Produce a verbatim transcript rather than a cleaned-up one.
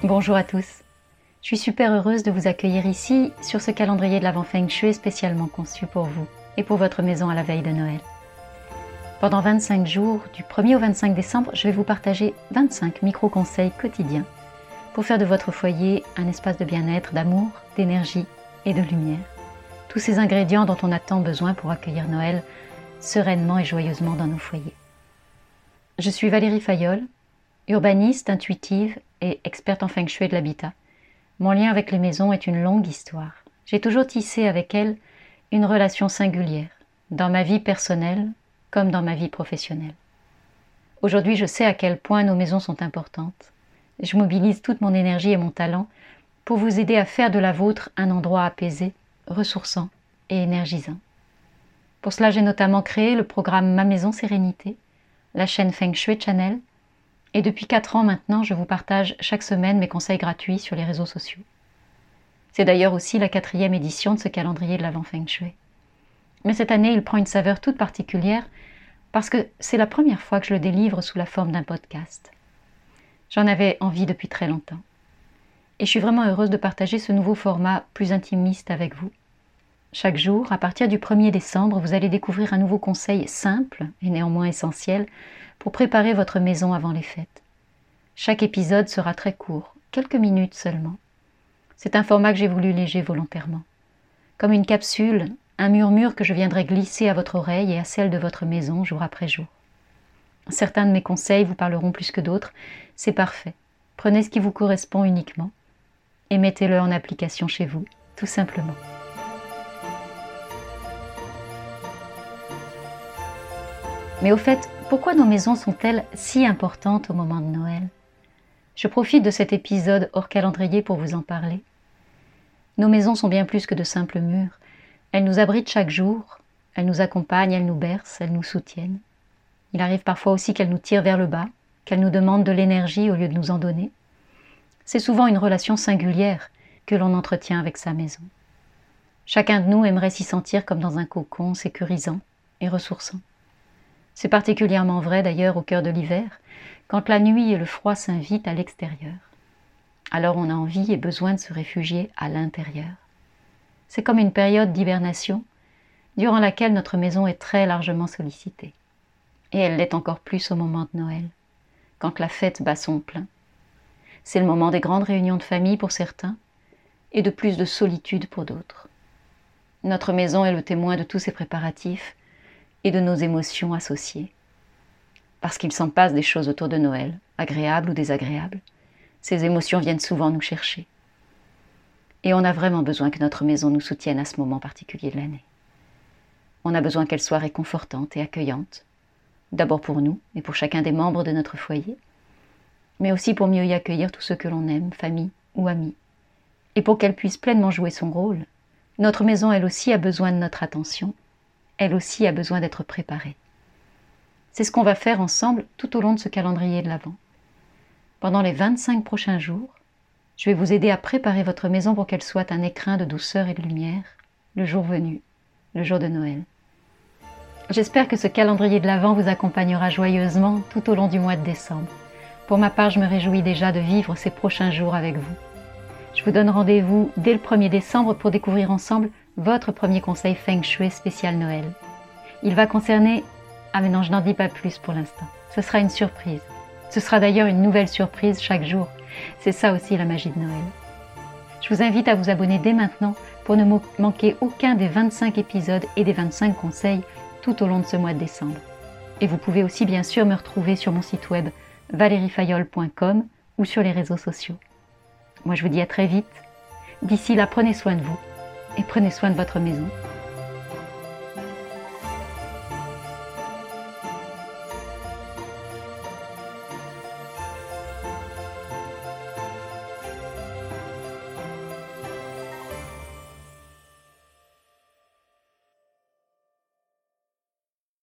Bonjour à tous. Je suis super heureuse de vous accueillir ici sur ce calendrier de l'Avent Feng Shui spécialement conçu pour vous et pour votre maison à la veille de Noël. Pendant vingt-cinq jours, du premier au vingt-cinq décembre, je vais vous partager vingt-cinq micro-conseils quotidiens pour faire de votre foyer un espace de bien-être, d'amour, d'énergie et de lumière. Tous ces ingrédients dont on a tant besoin pour accueillir Noël sereinement et joyeusement dans nos foyers. Je suis Valérie Fayolle, urbaniste, intuitive et experte en Feng Shui et de l'habitat. Mon lien avec les maisons est une longue histoire. J'ai toujours tissé avec elles une relation singulière, dans ma vie personnelle comme dans ma vie professionnelle. Aujourd'hui, je sais à quel point nos maisons sont importantes. Je mobilise toute mon énergie et mon talent pour vous aider à faire de la vôtre un endroit apaisé, ressourçant et énergisant. Pour cela, j'ai notamment créé le programme Ma Maison Sérénité, la chaîne Feng Shui Channel, et depuis quatre ans maintenant, je vous partage chaque semaine mes conseils gratuits sur les réseaux sociaux. C'est d'ailleurs aussi la quatrième édition de ce calendrier de l'Avent Feng Shui. Mais cette année, il prend une saveur toute particulière parce que c'est la première fois que je le délivre sous la forme d'un podcast. J'en avais envie depuis très longtemps. Et je suis vraiment heureuse de partager ce nouveau format plus intimiste avec vous. Chaque jour, à partir du premier décembre, vous allez découvrir un nouveau conseil simple et néanmoins essentiel pour préparer votre maison avant les fêtes. Chaque épisode sera très court, quelques minutes seulement. C'est un format que j'ai voulu léger volontairement. Comme une capsule, un murmure que je viendrai glisser à votre oreille et à celle de votre maison jour après jour. Certains de mes conseils vous parleront plus que d'autres, c'est parfait. Prenez ce qui vous correspond uniquement et mettez-le en application chez vous, tout simplement. Mais au fait, pourquoi nos maisons sont-elles si importantes au moment de Noël? Je profite de cet épisode hors calendrier pour vous en parler. Nos maisons sont bien plus que de simples murs. Elles nous abritent chaque jour, elles nous accompagnent, elles nous bercent, elles nous soutiennent. Il arrive parfois aussi qu'elles nous tirent vers le bas, qu'elles nous demandent de l'énergie au lieu de nous en donner. C'est souvent une relation singulière que l'on entretient avec sa maison. Chacun de nous aimerait s'y sentir comme dans un cocon sécurisant et ressourçant. C'est particulièrement vrai d'ailleurs au cœur de l'hiver, quand la nuit et le froid s'invitent à l'extérieur. Alors on a envie et besoin de se réfugier à l'intérieur. C'est comme une période d'hibernation, durant laquelle notre maison est très largement sollicitée. Et elle l'est encore plus au moment de Noël, quand la fête bat son plein. C'est le moment des grandes réunions de famille pour certains, et de plus de solitude pour d'autres. Notre maison est le témoin de tous ces préparatifs, et de nos émotions associées. Parce qu'il s'en passe des choses autour de Noël, agréables ou désagréables, ces émotions viennent souvent nous chercher. Et on a vraiment besoin que notre maison nous soutienne à ce moment particulier de l'année. On a besoin qu'elle soit réconfortante et accueillante, d'abord pour nous et pour chacun des membres de notre foyer, mais aussi pour mieux y accueillir tous ceux que l'on aime, famille ou amis. Et pour qu'elle puisse pleinement jouer son rôle, notre maison elle aussi a besoin de notre attention, elle aussi a besoin d'être préparée. C'est ce qu'on va faire ensemble tout au long de ce calendrier de l'Avent. Pendant les vingt-cinq prochains jours, je vais vous aider à préparer votre maison pour qu'elle soit un écrin de douceur et de lumière, le jour venu, le jour de Noël. J'espère que ce calendrier de l'Avent vous accompagnera joyeusement tout au long du mois de décembre. Pour ma part, je me réjouis déjà de vivre ces prochains jours avec vous. Je vous donne rendez-vous dès le premier décembre pour découvrir ensemble votre premier conseil Feng Shui spécial Noël. Il va concerner... Ah mais non, je n'en dis pas plus pour l'instant. Ce sera une surprise. Ce sera d'ailleurs une nouvelle surprise chaque jour. C'est ça aussi la magie de Noël. Je vous invite à vous abonner dès maintenant pour ne manquer aucun des vingt-cinq épisodes et des vingt-cinq conseils tout au long de ce mois de décembre. Et vous pouvez aussi bien sûr me retrouver sur mon site web valérie fayolle point com ou sur les réseaux sociaux. Moi je vous dis à très vite. D'ici là, prenez soin de vous et prenez soin de votre maison.